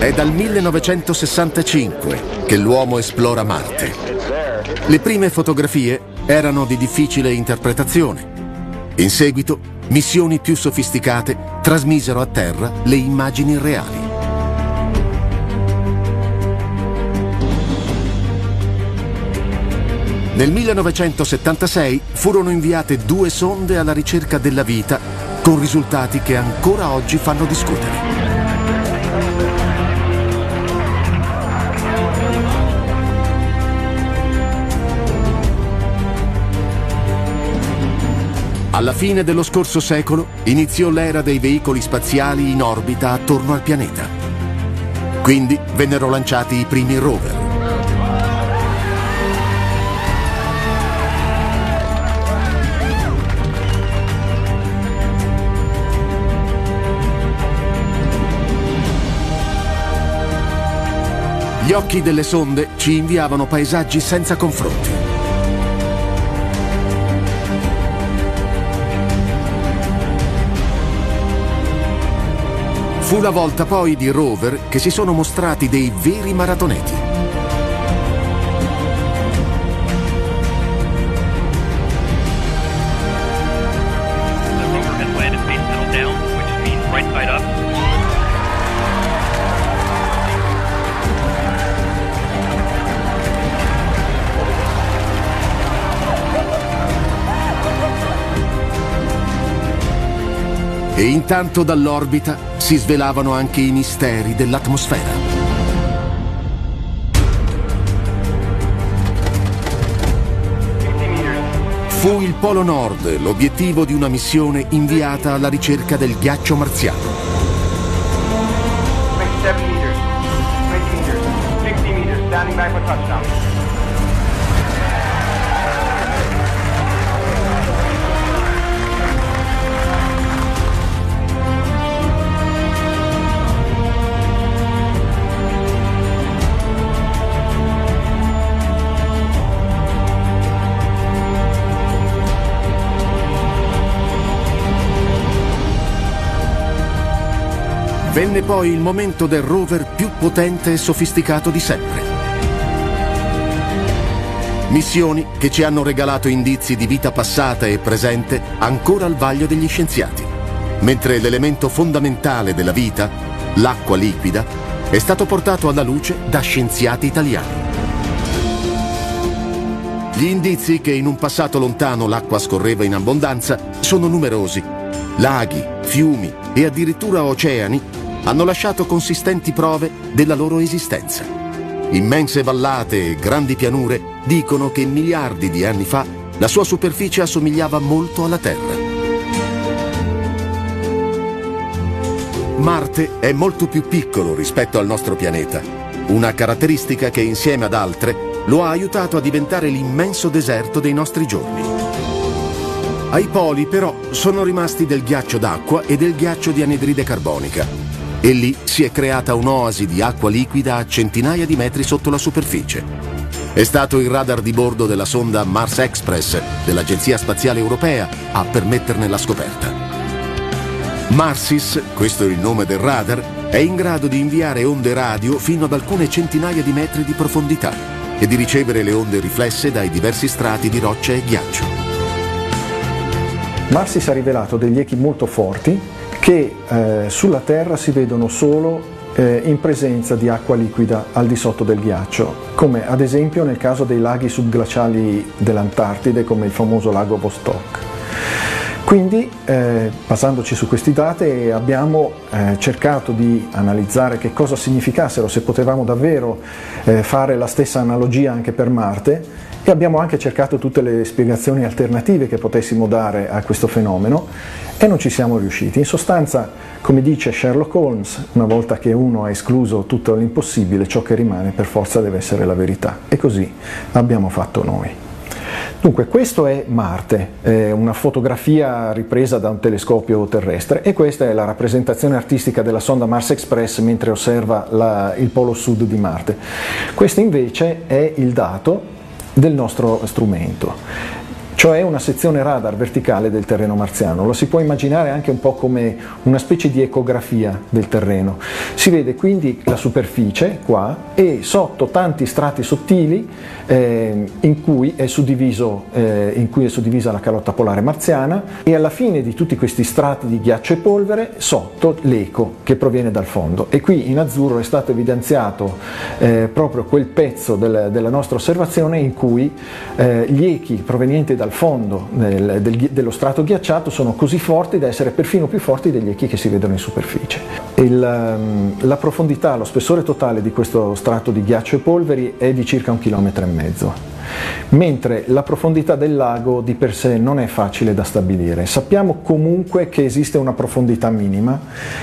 È dal 1965 che l'uomo esplora Marte. Le prime fotografie erano di difficile interpretazione. In seguito, missioni più sofisticate trasmisero a terra le immagini reali. Nel 1976 furono inviate 2 sonde alla ricerca della vita, con risultati che ancora oggi fanno discutere. Alla fine dello scorso secolo iniziò l'era dei veicoli spaziali in orbita attorno al pianeta. Quindi vennero lanciati i primi rover. Gli occhi delle sonde ci inviavano paesaggi senza confronti. Fu la volta poi di rover che si sono mostrati dei veri maratoneti. E intanto dall'orbita si svelavano anche i misteri dell'atmosfera. Fu il Polo Nord l'obiettivo di una missione inviata alla ricerca del ghiaccio marziano. 27 meters, 20 meters, 60 meters, standing by for touchdown. Venne poi il momento del rover più potente e sofisticato di sempre. Missioni che ci hanno regalato indizi di vita passata e presente ancora al vaglio degli scienziati, mentre l'elemento fondamentale della vita, l'acqua liquida, è stato portato alla luce da scienziati italiani. Gli indizi che in un passato lontano l'acqua scorreva in abbondanza sono numerosi. Laghi, fiumi e addirittura oceani hanno lasciato consistenti prove della loro esistenza. Immense vallate e grandi pianure dicono che miliardi di anni fa la sua superficie assomigliava molto alla Terra. Marte è molto più piccolo rispetto al nostro pianeta, una caratteristica che insieme ad altre lo ha aiutato a diventare l'immenso deserto dei nostri giorni. Ai poli però sono rimasti del ghiaccio d'acqua e del ghiaccio di anidride carbonica. E lì si è creata un'oasi di acqua liquida a centinaia di metri sotto la superficie. È stato il radar di bordo della sonda Mars Express dell'Agenzia Spaziale Europea a permetterne la scoperta. Marsis, questo è il nome del radar, è in grado di inviare onde radio fino ad alcune centinaia di metri di profondità e di ricevere le onde riflesse dai diversi strati di roccia e ghiaccio. Marsis ha rivelato degli echi molto forti che sulla Terra si vedono solo in presenza di acqua liquida al di sotto del ghiaccio, come ad esempio nel caso dei laghi subglaciali dell'Antartide, come il famoso lago Vostok. Quindi, basandoci su questi dati, abbiamo cercato di analizzare che cosa significassero, se potevamo davvero fare la stessa analogia anche per Marte, e abbiamo anche cercato tutte le spiegazioni alternative che potessimo dare a questo fenomeno e non ci siamo riusciti. In sostanza, come dice Sherlock Holmes, una volta che uno ha escluso tutto l'impossibile, ciò che rimane per forza deve essere la verità. E così abbiamo fatto noi. Dunque, questo è Marte, una fotografia ripresa da un telescopio terrestre, e questa è la rappresentazione artistica della sonda Mars Express mentre osserva il polo sud di Marte. Questo invece è il dato del nostro strumento. cioè una sezione radar verticale del terreno marziano. Lo si può immaginare anche un po' come una specie di ecografia del terreno. Si vede quindi la superficie qua e sotto tanti strati sottili in cui è suddivisa la calotta polare marziana, e alla fine di tutti questi strati di ghiaccio e polvere sotto l'eco che proviene dal fondo. E qui in azzurro è stato evidenziato proprio quel pezzo della nostra osservazione in cui gli echi provenienti dal fondo dello strato ghiacciato sono così forti da essere perfino più forti degli echi che si vedono in superficie. La profondità, lo spessore totale di questo strato di ghiaccio e polveri è di circa 1,5 km, mentre la profondità del lago di per sé non è facile da stabilire. Sappiamo comunque che esiste una profondità minima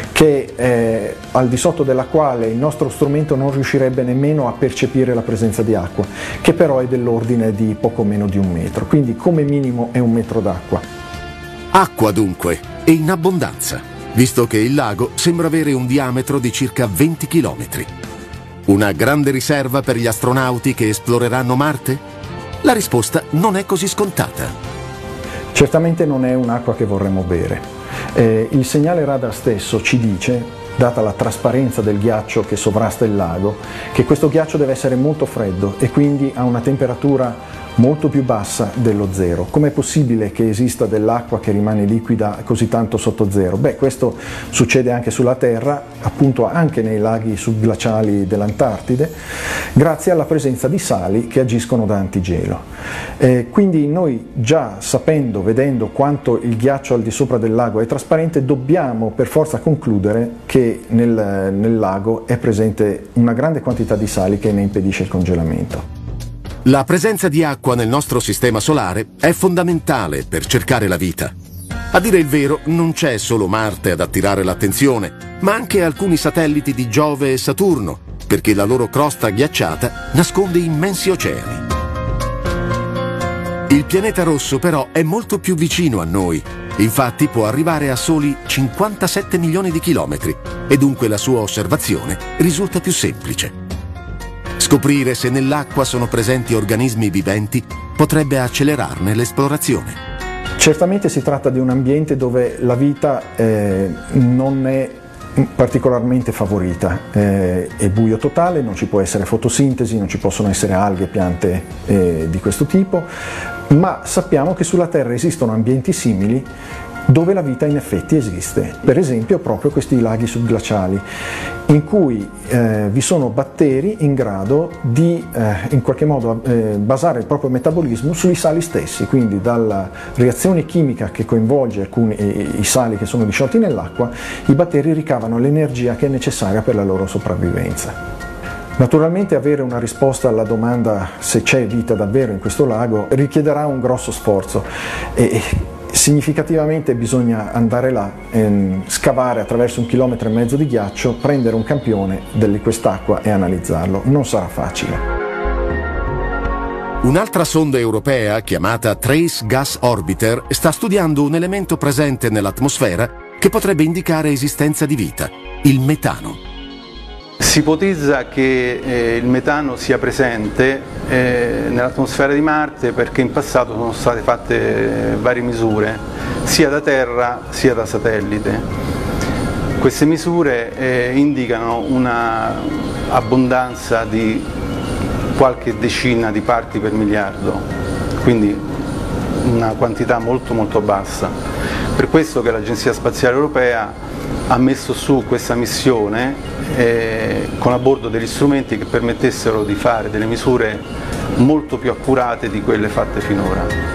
che al di sotto della quale il nostro strumento non riuscirebbe nemmeno a percepire la presenza di acqua, che però è dell'ordine di poco meno di 1 metro, quindi come minimo è 1 metro d'acqua. Acqua dunque, e in abbondanza, visto che il lago sembra avere un diametro di circa 20 km. Una grande riserva per gli astronauti che esploreranno Marte? La risposta non è così scontata. Certamente non è un'acqua che vorremmo bere. Il segnale radar stesso ci dice, data la trasparenza del ghiaccio che sovrasta il lago, che questo ghiaccio deve essere molto freddo e quindi a una temperatura molto più bassa dello zero. Com'è possibile che esista dell'acqua che rimane liquida così tanto sotto zero? Beh, questo succede anche sulla Terra, appunto anche nei laghi subglaciali dell'Antartide, grazie alla presenza di sali che agiscono da antigelo. Quindi noi già sapendo, vedendo quanto il ghiaccio al di sopra del lago è trasparente, dobbiamo per forza concludere che nel lago è presente una grande quantità di sali che ne impedisce il congelamento. La presenza di acqua nel nostro sistema solare è fondamentale per cercare la vita. A dire il vero, non c'è solo Marte ad attirare l'attenzione, ma anche alcuni satelliti di Giove e Saturno, perché la loro crosta ghiacciata nasconde immensi oceani. Il pianeta rosso però è molto più vicino a noi, infatti può arrivare a soli 57 milioni di chilometri e dunque la sua osservazione risulta più semplice. Scoprire se nell'acqua sono presenti organismi viventi potrebbe accelerarne l'esplorazione. Certamente si tratta di un ambiente dove la vita non è particolarmente favorita, è buio totale, non ci può essere fotosintesi, non ci possono essere alghe, piante di questo tipo, ma sappiamo che sulla Terra esistono ambienti simili dove la vita in effetti esiste, per esempio proprio questi laghi subglaciali, in cui vi sono batteri in grado di in qualche modo basare il proprio metabolismo sui sali stessi, quindi dalla reazione chimica che coinvolge i sali che sono disciolti nell'acqua, i batteri ricavano l'energia che è necessaria per la loro sopravvivenza. Naturalmente avere una risposta alla domanda se c'è vita davvero in questo lago richiederà un grosso sforzo e significativamente bisogna andare là, scavare attraverso 1,5 km di ghiaccio, prendere un campione di quest'acqua e analizzarlo. Non sarà facile. Un'altra sonda europea, chiamata Trace Gas Orbiter, sta studiando un elemento presente nell'atmosfera che potrebbe indicare esistenza di vita, il metano. Si ipotizza che il metano sia presente nell'atmosfera di Marte perché in passato sono state fatte varie misure sia da terra sia da satellite. Queste misure indicano una abbondanza di qualche decina di parti per miliardo, quindi una quantità molto molto bassa. Per questo che l'Agenzia Spaziale Europea ha messo su questa missione con a bordo degli strumenti che permettessero di fare delle misure molto più accurate di quelle fatte finora.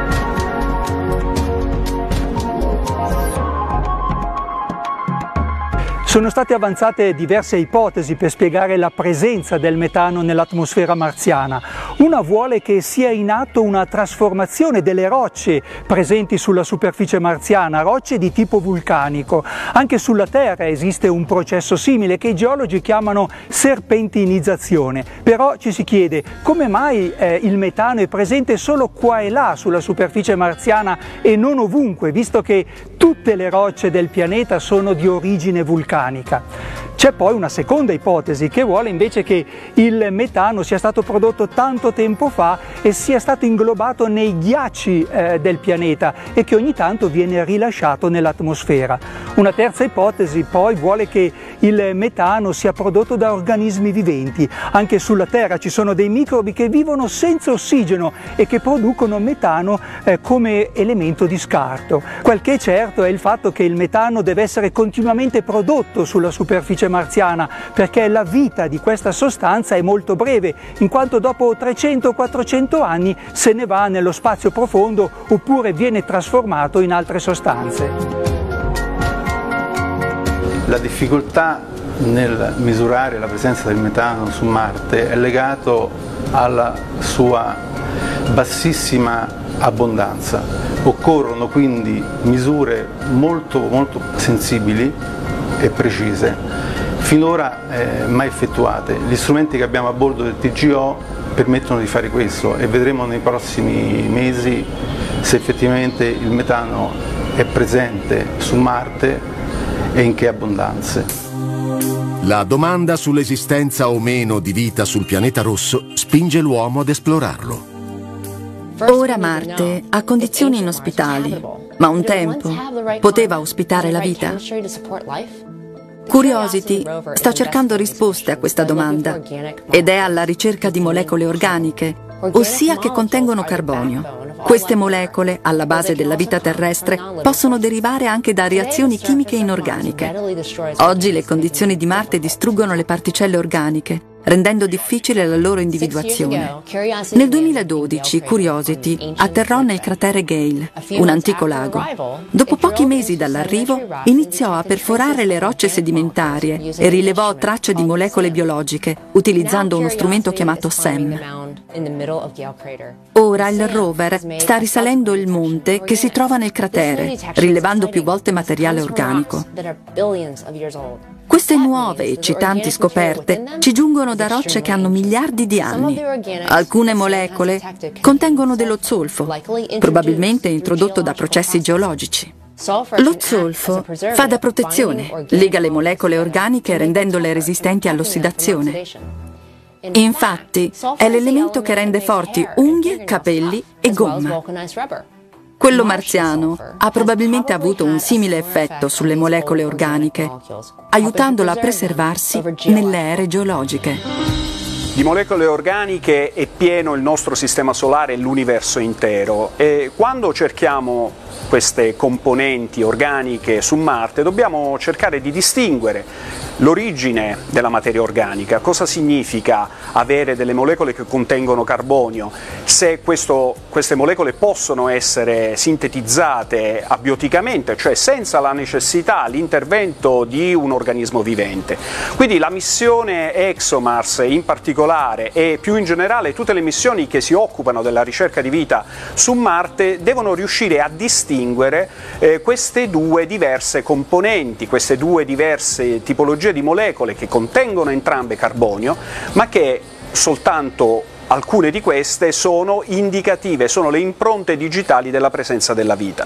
Sono state avanzate diverse ipotesi per spiegare la presenza del metano nell'atmosfera marziana. Una vuole che sia in atto una trasformazione delle rocce presenti sulla superficie marziana, rocce di tipo vulcanico. Anche sulla Terra esiste un processo simile che i geologi chiamano serpentinizzazione. Però ci si chiede come mai il metano è presente solo qua e là sulla superficie marziana e non ovunque, visto che tutte le rocce del pianeta sono di origine vulcanica. C'è poi una seconda ipotesi che vuole invece che il metano sia stato prodotto tanto tempo fa e sia stato inglobato nei ghiacci del pianeta e che ogni tanto viene rilasciato nell'atmosfera. Una terza ipotesi poi vuole che il metano sia prodotto da organismi viventi. Anche sulla Terra ci sono dei microbi che vivono senza ossigeno e che producono metano come elemento di scarto. Quel che è certo è il fatto che il metano deve essere continuamente prodotto sulla superficie marziana, perché la vita di questa sostanza è molto breve, in quanto dopo 300-400 anni se ne va nello spazio profondo oppure viene trasformato in altre sostanze. La difficoltà nel misurare la presenza del metano su Marte è legato alla sua bassissima abbondanza. Occorrono quindi misure molto sensibili e precise, finora mai effettuate. Gli strumenti che abbiamo a bordo del TGO permettono di fare questo e vedremo nei prossimi mesi se effettivamente il metano è presente su Marte e in che abbondanze. La domanda sull'esistenza o meno di vita sul pianeta rosso spinge l'uomo ad esplorarlo. Ora Marte ha condizioni inospitali, ma un tempo poteva ospitare la vita? Curiosity sta cercando risposte a questa domanda ed è alla ricerca di molecole organiche, ossia che contengono carbonio. Queste molecole, alla base della vita terrestre, possono derivare anche da reazioni chimiche inorganiche. Oggi le condizioni di Marte distruggono le particelle organiche, rendendo difficile la loro individuazione. Nel 2012 Curiosity atterrò nel cratere Gale, un antico lago. Dopo pochi mesi dall'arrivo iniziò a perforare le rocce sedimentarie e rilevò tracce di molecole biologiche utilizzando uno strumento chiamato SEM. Ora il rover sta risalendo il monte che si trova nel cratere, rilevando più volte materiale organico. Queste nuove e eccitanti scoperte ci giungono da rocce che hanno miliardi di anni. Alcune molecole contengono dello zolfo, probabilmente introdotto da processi geologici. Lo zolfo fa da protezione, lega le molecole organiche rendendole resistenti all'ossidazione. Infatti, è l'elemento che rende forti unghie, capelli e gomma. Quello marziano ha probabilmente avuto un simile effetto sulle molecole organiche, aiutandola a preservarsi nelle ere geologiche. Di molecole organiche è pieno il nostro sistema solare e l'universo intero, e quando cerchiamo queste componenti organiche su Marte dobbiamo cercare di distinguere l'origine della materia organica, cosa significa avere delle molecole che contengono carbonio, se queste molecole possono essere sintetizzate abioticamente, cioè senza la necessità, l'intervento di un organismo vivente. Quindi la missione ExoMars in particolare e più in generale tutte le missioni che si occupano della ricerca di vita su Marte devono riuscire a distinguere queste due diverse componenti, queste due diverse tipologie di molecole che contengono entrambe carbonio, ma che soltanto alcune di queste sono indicative, sono le impronte digitali della presenza della vita.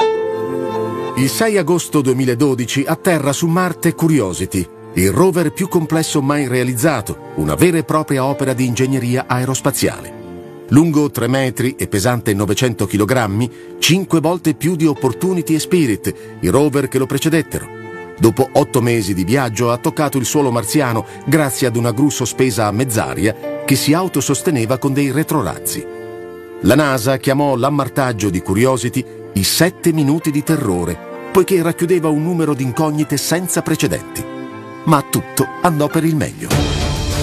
Il 6 agosto 2012 atterra su Marte Curiosity, il rover più complesso mai realizzato, una vera e propria opera di ingegneria aerospaziale. Lungo 3 metri e pesante 900 kg, 5 volte più di Opportunity e Spirit, i rover che lo precedettero. Dopo 8 mesi di viaggio ha toccato il suolo marziano grazie ad una gru sospesa a mezz'aria che si autososteneva con dei retrorazzi. La NASA chiamò l'ammartaggio di Curiosity i 7 minuti di terrore, poiché racchiudeva un numero di incognite senza precedenti. Ma tutto andò per il meglio.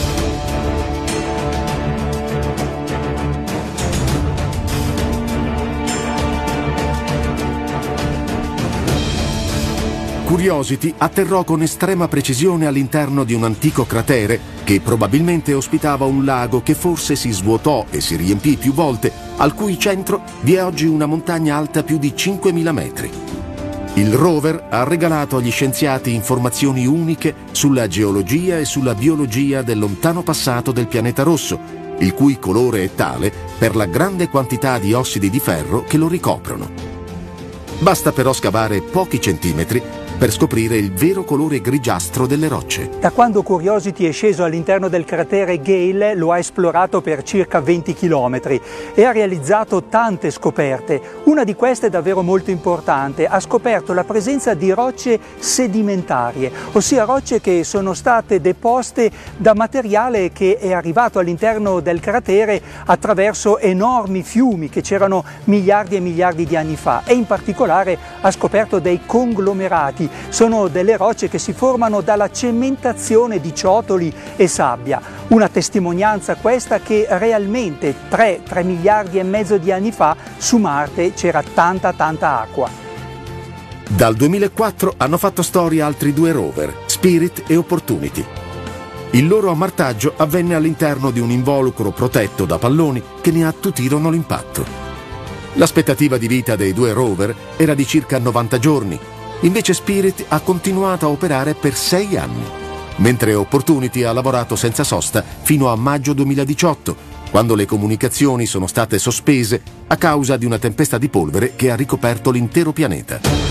Curiosity atterrò con estrema precisione all'interno di un antico cratere che probabilmente ospitava un lago che forse si svuotò e si riempì più volte, al cui centro vi è oggi una montagna alta più di 5.000 metri. Il rover ha regalato agli scienziati informazioni uniche sulla geologia e sulla biologia del lontano passato del pianeta rosso, il cui colore è tale per la grande quantità di ossidi di ferro che lo ricoprono. Basta però scavare pochi centimetri per scoprire il vero colore grigiastro delle rocce. Da quando Curiosity è sceso all'interno del cratere Gale lo ha esplorato per circa 20 km e ha realizzato tante scoperte. Una di queste è davvero molto importante: ha scoperto la presenza di rocce sedimentarie, ossia rocce che sono state deposte da materiale che è arrivato all'interno del cratere attraverso enormi fiumi che c'erano miliardi e miliardi di anni fa, e in particolare ha scoperto dei conglomerati. Sono delle rocce che si formano dalla cementazione di ciottoli e sabbia. Una testimonianza questa che realmente 3 miliardi e mezzo di anni fa su Marte c'era tanta acqua. Dal 2004 hanno fatto storia altri 2 rover, Spirit e Opportunity. Il loro ammartaggio avvenne all'interno di un involucro protetto da palloni che ne attutirono l'impatto. L'aspettativa di vita dei 2 rover era di circa 90 giorni, invece Spirit ha continuato a operare per 6 anni, mentre Opportunity ha lavorato senza sosta fino a maggio 2018, quando le comunicazioni sono state sospese a causa di una tempesta di polvere che ha ricoperto l'intero pianeta.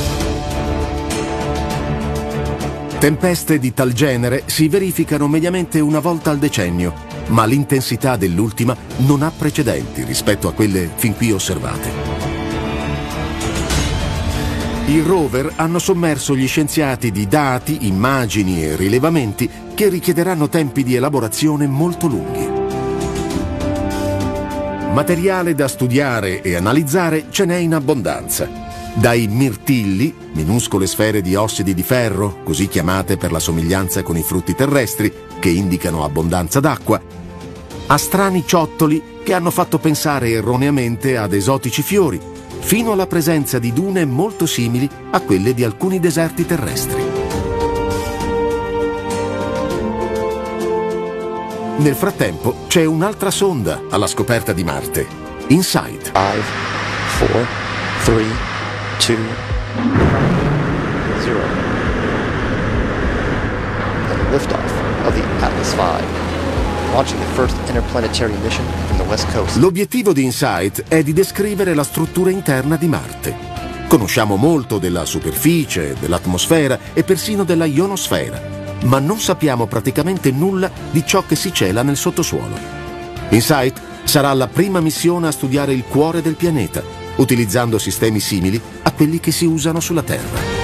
Tempeste di tal genere si verificano mediamente una volta al decennio, ma l'intensità dell'ultima non ha precedenti rispetto a quelle fin qui osservate. I rover hanno sommerso gli scienziati di dati, immagini e rilevamenti che richiederanno tempi di elaborazione molto lunghi. Materiale da studiare e analizzare ce n'è in abbondanza. Dai mirtilli, minuscole sfere di ossidi di ferro, così chiamate per la somiglianza con i frutti terrestri, che indicano abbondanza d'acqua, a strani ciottoli che hanno fatto pensare erroneamente ad esotici fiori, fino alla presenza di dune molto simili a quelle di alcuni deserti terrestri. Nel frattempo c'è un'altra sonda alla scoperta di Marte, InSight. 5, 4, 3, 2, 0. And liftoff of the Atlas V, launching the first interplanetary mission from the West Coast. L'obiettivo di InSight è di descrivere la struttura interna di Marte. Conosciamo molto della superficie, dell'atmosfera e persino della ionosfera, ma non sappiamo praticamente nulla di ciò che si cela nel sottosuolo. InSight sarà la prima missione a studiare il cuore del pianeta, utilizzando sistemi simili a quelli che si usano sulla Terra.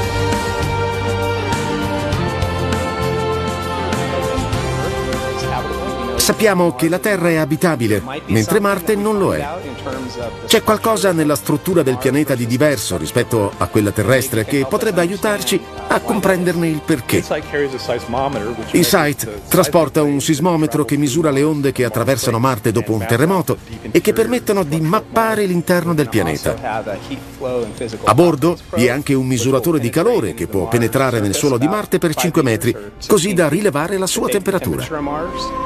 Sappiamo che la Terra è abitabile, mentre Marte non lo è. C'è qualcosa nella struttura del pianeta di diverso rispetto a quella terrestre che potrebbe aiutarci a comprenderne il perché. InSight trasporta un sismometro che misura le onde che attraversano Marte dopo un terremoto e che permettono di mappare l'interno del pianeta. A bordo vi è anche un misuratore di calore che può penetrare nel suolo di Marte per 5 metri, così da rilevare la sua temperatura.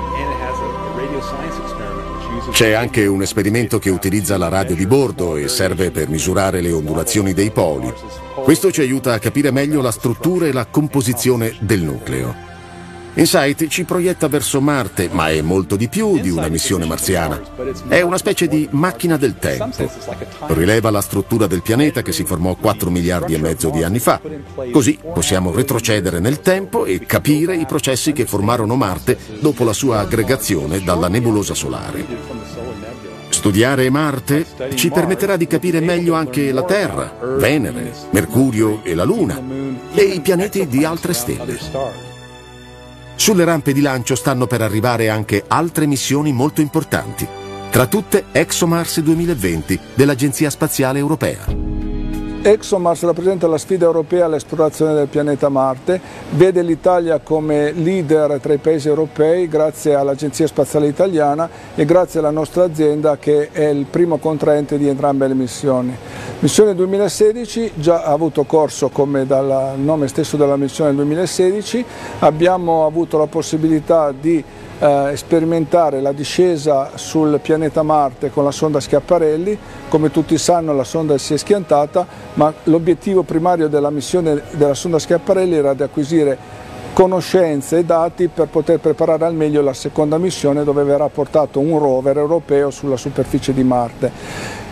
C'è anche un esperimento che utilizza la radio di bordo e serve per misurare le ondulazioni dei poli. Questo ci aiuta a capire meglio la struttura e la composizione del nucleo. InSight ci proietta verso Marte, ma è molto di più di una missione marziana. È una specie di macchina del tempo. Rileva la struttura del pianeta che si formò 4 miliardi e mezzo di anni fa. Così possiamo retrocedere nel tempo e capire i processi che formarono Marte dopo la sua aggregazione dalla nebulosa solare. Studiare Marte ci permetterà di capire meglio anche la Terra, Venere, Mercurio e la Luna e i pianeti di altre stelle. Sulle rampe di lancio stanno per arrivare anche altre missioni molto importanti, tra tutte ExoMars 2020 dell'Agenzia Spaziale Europea. ExoMars rappresenta la sfida europea all'esplorazione del pianeta Marte, vede l'Italia come leader tra i paesi europei grazie all'Agenzia Spaziale Italiana e grazie alla nostra azienda che è il primo contraente di entrambe le missioni. Missione 2016 già ha avuto corso come dal nome stesso della missione 2016, abbiamo avuto la possibilità di sperimentare la discesa sul pianeta Marte con la sonda Schiaparelli. Come tutti sanno la sonda si è schiantata, ma l'obiettivo primario della missione della sonda Schiaparelli era di acquisire conoscenze e dati per poter preparare al meglio la seconda missione dove verrà portato un rover europeo sulla superficie di Marte.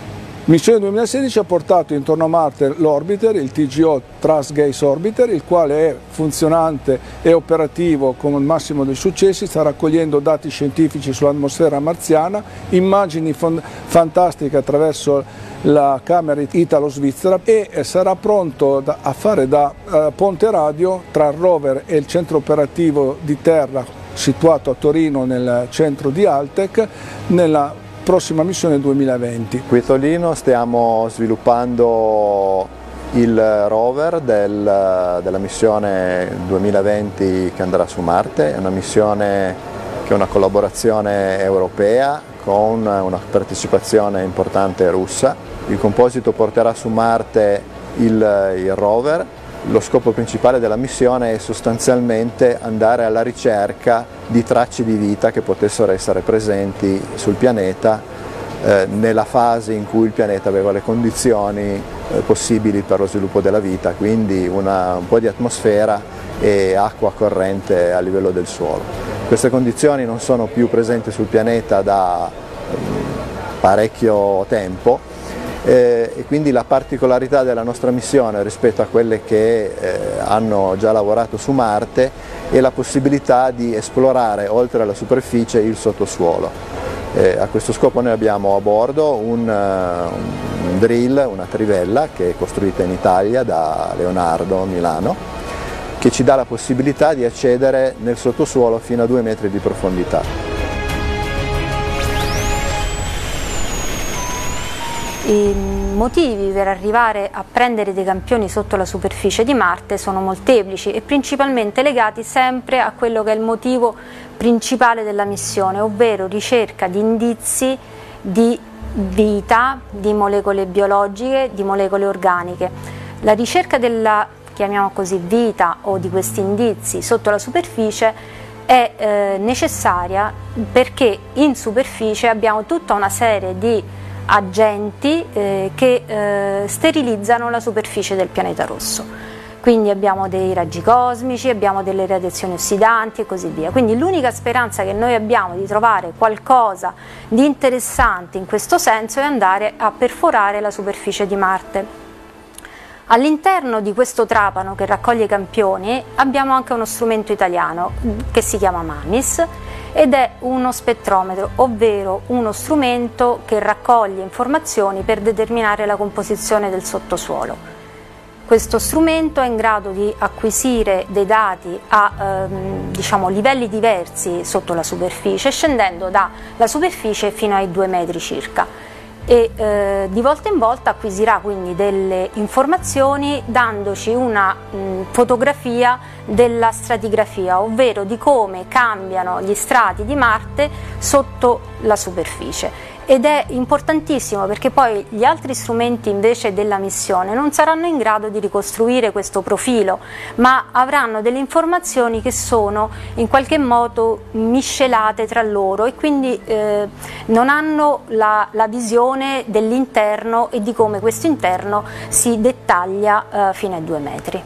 Missione 2016 ha portato intorno a Marte l'orbiter, il TGO Trust Gaze Orbiter, il quale è funzionante e operativo con il massimo dei successi, sta raccogliendo dati scientifici sull'atmosfera marziana, immagini fantastiche attraverso la camera italo-svizzera e sarà pronto a fare da ponte radio tra il rover e il centro operativo di terra situato a Torino nel centro di Altec nella prossima missione 2020. Qui a Torino stiamo sviluppando il rover della missione 2020 che andrà su Marte. È una missione che è una collaborazione europea con una partecipazione importante russa. Il composito porterà su Marte il rover. Lo scopo principale della missione è sostanzialmente andare alla ricerca di tracce di vita che potessero essere presenti sul pianeta nella fase in cui il pianeta aveva le condizioni possibili per lo sviluppo della vita, quindi un po' di atmosfera e acqua corrente a livello del suolo. Queste condizioni non sono più presenti sul pianeta da parecchio tempo. E quindi la particolarità della nostra missione rispetto a quelle che hanno già lavorato su Marte è la possibilità di esplorare oltre alla superficie il sottosuolo. A questo scopo noi abbiamo a bordo un drill, una trivella che è costruita in Italia da Leonardo Milano, che ci dà la possibilità di accedere nel sottosuolo fino a 2 metri di profondità. I motivi per arrivare a prendere dei campioni sotto la superficie di Marte sono molteplici e principalmente legati sempre a quello che è il motivo principale della missione, ovvero ricerca di indizi di vita, di molecole biologiche, di molecole organiche. La ricerca della, chiamiamo così, vita o di questi indizi sotto la superficie è necessaria perché in superficie abbiamo tutta una serie di agenti che sterilizzano la superficie del pianeta rosso. Quindi abbiamo dei raggi cosmici, abbiamo delle radiazioni ossidanti e così via. Quindi l'unica speranza che noi abbiamo di trovare qualcosa di interessante in questo senso è andare a perforare la superficie di Marte. All'interno di questo trapano che raccoglie i campioni abbiamo anche uno strumento italiano che si chiama MAMIS ed è uno spettrometro, ovvero uno strumento che raccoglie informazioni per determinare la composizione del sottosuolo. Questo strumento è in grado di acquisire dei dati a livelli diversi sotto la superficie, scendendo dalla superficie fino ai 2 metri circa. E di volta in volta acquisirà quindi delle informazioni dandoci una fotografia della stratigrafia, ovvero di come cambiano gli strati di Marte sotto la superficie. Ed è importantissimo perché poi gli altri strumenti invece della missione non saranno in grado di ricostruire questo profilo, ma avranno delle informazioni che sono in qualche modo miscelate tra loro e quindi non hanno la visione dell'interno e di come questo interno si dettaglia fino ai 2 metri.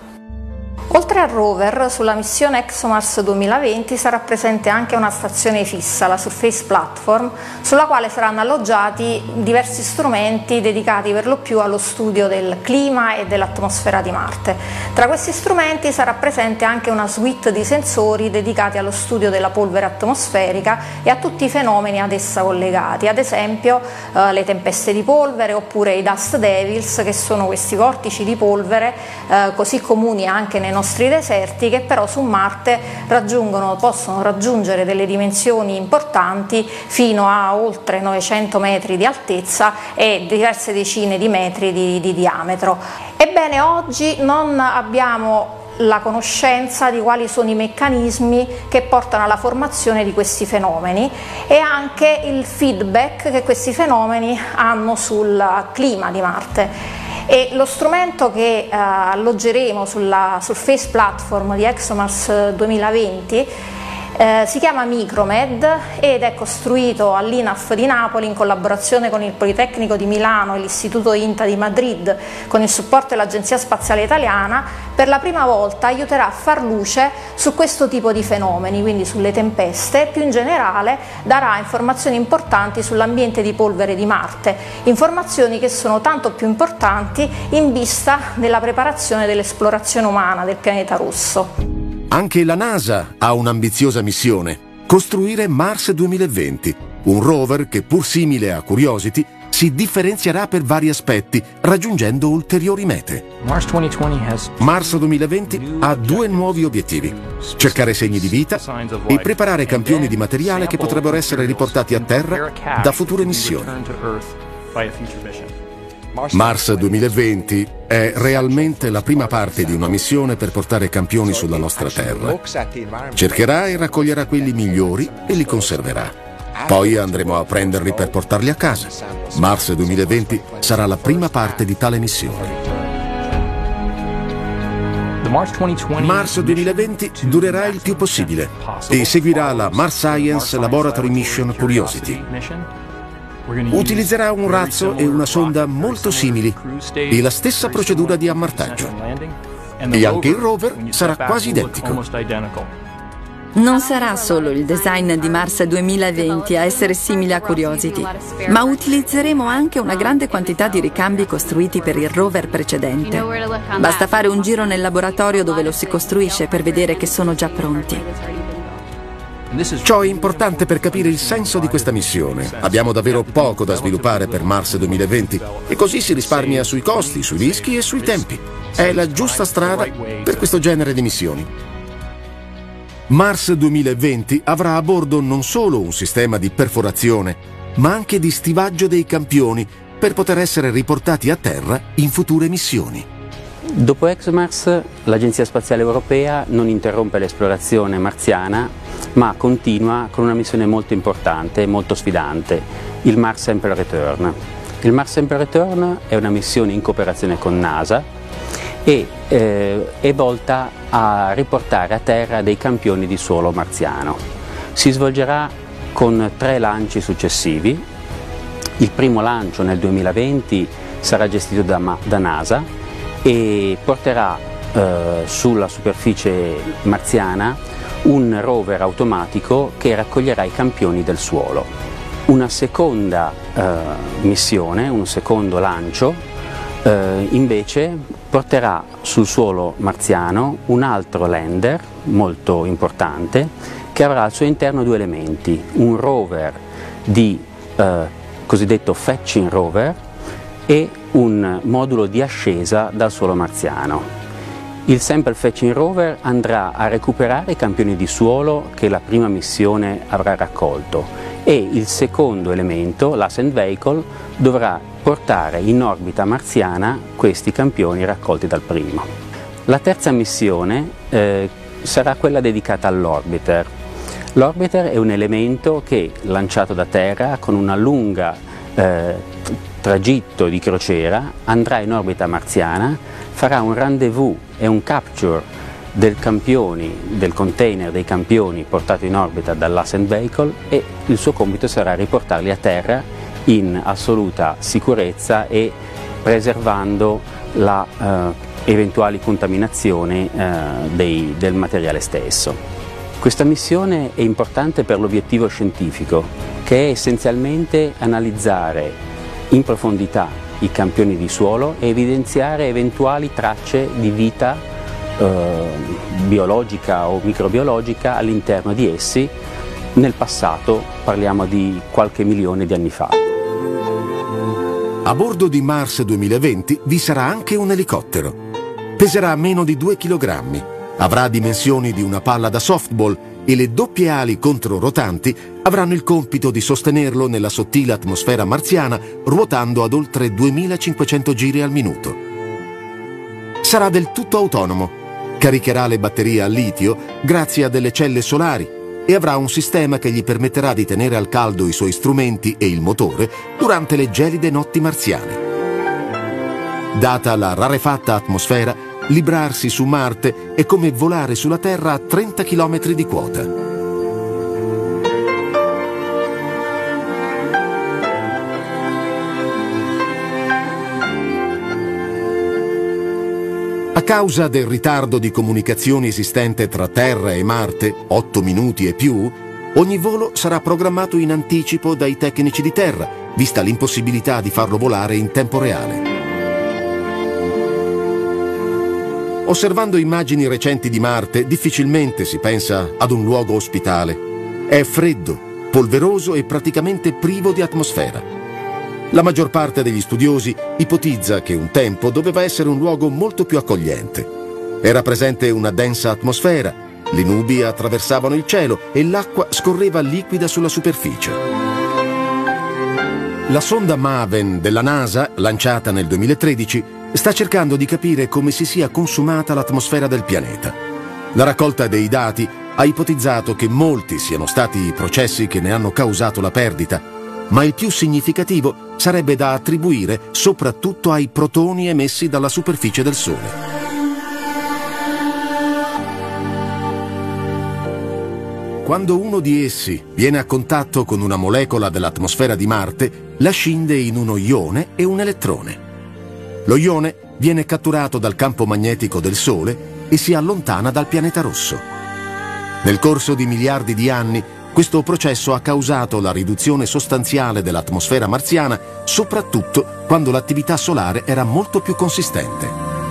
Oltre al rover, sulla missione ExoMars 2020 sarà presente anche una stazione fissa, la Surface Platform, sulla quale saranno alloggiati diversi strumenti dedicati per lo più allo studio del clima e dell'atmosfera di Marte. Tra questi strumenti sarà presente anche una suite di sensori dedicati allo studio della polvere atmosferica e a tutti i fenomeni ad essa collegati, ad esempio le tempeste di polvere oppure i dust devils, che sono questi vortici di polvere così comuni anche nei nostri deserti, che però su Marte possono raggiungere delle dimensioni importanti fino a oltre 900 metri di altezza e diverse decine di metri di diametro. Ebbene, oggi non abbiamo la conoscenza di quali sono i meccanismi che portano alla formazione di questi fenomeni e anche il feedback che questi fenomeni hanno sul clima di Marte. E lo strumento che alloggeremo sul Surface Platform di ExoMars 2020 Si chiama Micromed ed è costruito all'INAF di Napoli in collaborazione con il Politecnico di Milano e l'Istituto INTA di Madrid con il supporto dell'Agenzia Spaziale Italiana. Per la prima volta aiuterà a far luce su questo tipo di fenomeni, quindi sulle tempeste, più in generale darà informazioni importanti sull'ambiente di polvere di Marte, informazioni che sono tanto più importanti in vista della preparazione dell'esplorazione umana del pianeta rosso. Anche la NASA ha un'ambiziosa missione: costruire Mars 2020, un rover che, pur simile a Curiosity, si differenzierà per vari aspetti, raggiungendo ulteriori mete. Mars 2020 ha 2 nuovi obiettivi: cercare segni di vita e preparare campioni di materiale che potrebbero essere riportati a Terra da future missioni. Mars 2020 è realmente la prima parte di una missione per portare campioni sulla nostra Terra. Cercherà e raccoglierà quelli migliori e li conserverà. Poi andremo a prenderli per portarli a casa. Mars 2020 sarà la prima parte di tale missione. Mars 2020 durerà il più possibile e seguirà la Mars Science Laboratory Mission Curiosity. Utilizzerà un razzo e una sonda molto simili e la stessa procedura di ammartaggio. E anche il rover sarà quasi identico. Non sarà solo il design di Mars 2020 a essere simile a Curiosity, ma utilizzeremo anche una grande quantità di ricambi costruiti per il rover precedente. Basta fare un giro nel laboratorio dove lo si costruisce per vedere che sono già pronti. Ciò è importante per capire il senso di questa missione. Abbiamo davvero poco da sviluppare per Mars 2020 e così si risparmia sui costi, sui rischi e sui tempi. È la giusta strada per questo genere di missioni. Mars 2020 avrà a bordo non solo un sistema di perforazione, ma anche di stivaggio dei campioni per poter essere riportati a Terra in future missioni. Dopo ExoMars, l'Agenzia Spaziale Europea non interrompe l'esplorazione marziana, ma continua con una missione molto importante e molto sfidante, il Mars Sample Return. Il Mars Sample Return è una missione in cooperazione con NASA e è volta a riportare a Terra dei campioni di suolo marziano. Si svolgerà con 3 lanci successivi. Il primo lancio nel 2020 sarà gestito da NASA e porterà sulla superficie marziana un rover automatico che raccoglierà i campioni del suolo. Una seconda missione, un secondo lancio, invece porterà sul suolo marziano un altro lander molto importante che avrà al suo interno 2 elementi, un rover di cosiddetto fetching rover e un modulo di ascesa dal suolo marziano. Il Sample Fetching Rover andrà a recuperare i campioni di suolo che la prima missione avrà raccolto e il secondo elemento, l'Ascent Vehicle, dovrà portare in orbita marziana questi campioni raccolti dal primo. La terza missione sarà quella dedicata all'orbiter. L'orbiter è un elemento che, lanciato da terra con una lunga tragitto di crociera, andrà in orbita marziana, farà un rendezvous e un capture del container dei campioni portato in orbita dall'Ascent Vehicle e il suo compito sarà riportarli a terra in assoluta sicurezza e preservando la eventuali contaminazioni del materiale stesso. Questa missione è importante per l'obiettivo scientifico, che è essenzialmente analizzare in profondità i campioni di suolo e evidenziare eventuali tracce di vita biologica o microbiologica all'interno di essi. Nel passato parliamo di qualche milione di anni fa. A bordo di Mars 2020 vi sarà anche un elicottero. Peserà meno di 2 kg, avrà dimensioni di una palla da softball e le doppie ali controrotanti avranno il compito di sostenerlo nella sottile atmosfera marziana ruotando ad oltre 2500 giri al minuto. Sarà del tutto autonomo, caricherà le batterie a litio grazie a delle celle solari e avrà un sistema che gli permetterà di tenere al caldo i suoi strumenti e il motore durante le gelide notti marziane. Data la rarefatta atmosfera, librarsi su Marte è come volare sulla Terra a 30 km di quota. A causa del ritardo di comunicazioni esistente tra Terra e Marte, 8 minuti e più, ogni volo sarà programmato in anticipo dai tecnici di Terra, vista l'impossibilità di farlo volare in tempo reale. Osservando immagini recenti di Marte, difficilmente si pensa ad un luogo ospitale. È freddo, polveroso e praticamente privo di atmosfera. La maggior parte degli studiosi ipotizza che un tempo doveva essere un luogo molto più accogliente. Era presente una densa atmosfera, le nubi attraversavano il cielo e l'acqua scorreva liquida sulla superficie. La sonda MAVEN della NASA, lanciata nel 2013, sta cercando di capire come si sia consumata l'atmosfera del pianeta. La raccolta dei dati ha ipotizzato che molti siano stati i processi che ne hanno causato la perdita, ma il più significativo sarebbe da attribuire soprattutto ai protoni emessi dalla superficie del Sole. Quando uno di essi viene a contatto con una molecola dell'atmosfera di Marte, la scinde in uno ione e un elettrone. Lo ione viene catturato dal campo magnetico del Sole e si allontana dal pianeta rosso. Nel corso di miliardi di anni, questo processo ha causato la riduzione sostanziale dell'atmosfera marziana, soprattutto quando l'attività solare era molto più consistente.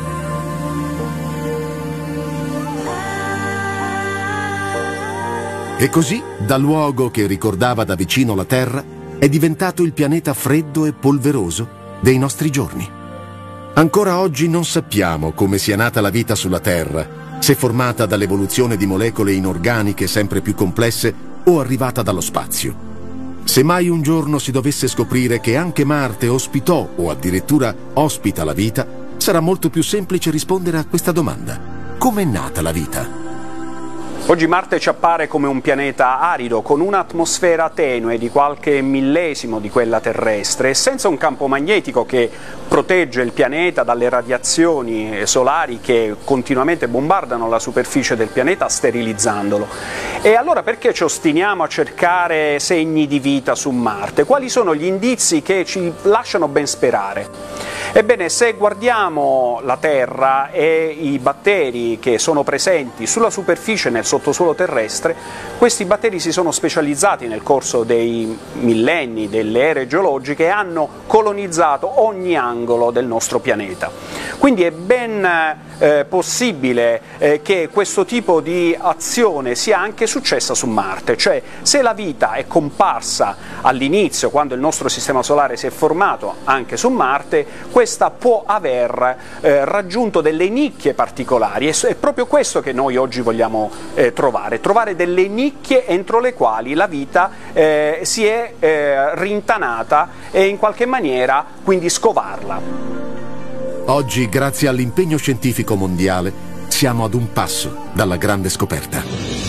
E così, dal luogo che ricordava da vicino la Terra, è diventato il pianeta freddo e polveroso dei nostri giorni. Ancora oggi non sappiamo come sia nata la vita sulla Terra, se formata dall'evoluzione di molecole inorganiche sempre più complesse o arrivata dallo spazio. Se mai un giorno si dovesse scoprire che anche Marte ospitò o addirittura ospita la vita, sarà molto più semplice rispondere a questa domanda. Com'è nata la vita? Oggi Marte ci appare come un pianeta arido, con un'atmosfera tenue di qualche millesimo di quella terrestre e senza un campo magnetico che protegge il pianeta dalle radiazioni solari che continuamente bombardano la superficie del pianeta sterilizzandolo. E allora perché ci ostiniamo a cercare segni di vita su Marte? Quali sono gli indizi che ci lasciano ben sperare? Ebbene, se guardiamo la Terra e i batteri che sono presenti sulla superficie nel sottosuolo terrestre, questi batteri si sono specializzati nel corso dei millenni, delle ere geologiche, e hanno colonizzato ogni angolo del nostro pianeta. Quindi è ben possibile che questo tipo di azione sia anche successa su Marte, cioè se la vita è comparsa all'inizio, quando il nostro sistema solare si è formato anche su Marte, questa può aver raggiunto delle nicchie particolari, e è proprio questo che noi oggi vogliamo trovare delle nicchie entro le quali la vita si è rintanata e in qualche maniera quindi scovarla. Oggi, grazie all'impegno scientifico mondiale, siamo ad un passo dalla grande scoperta.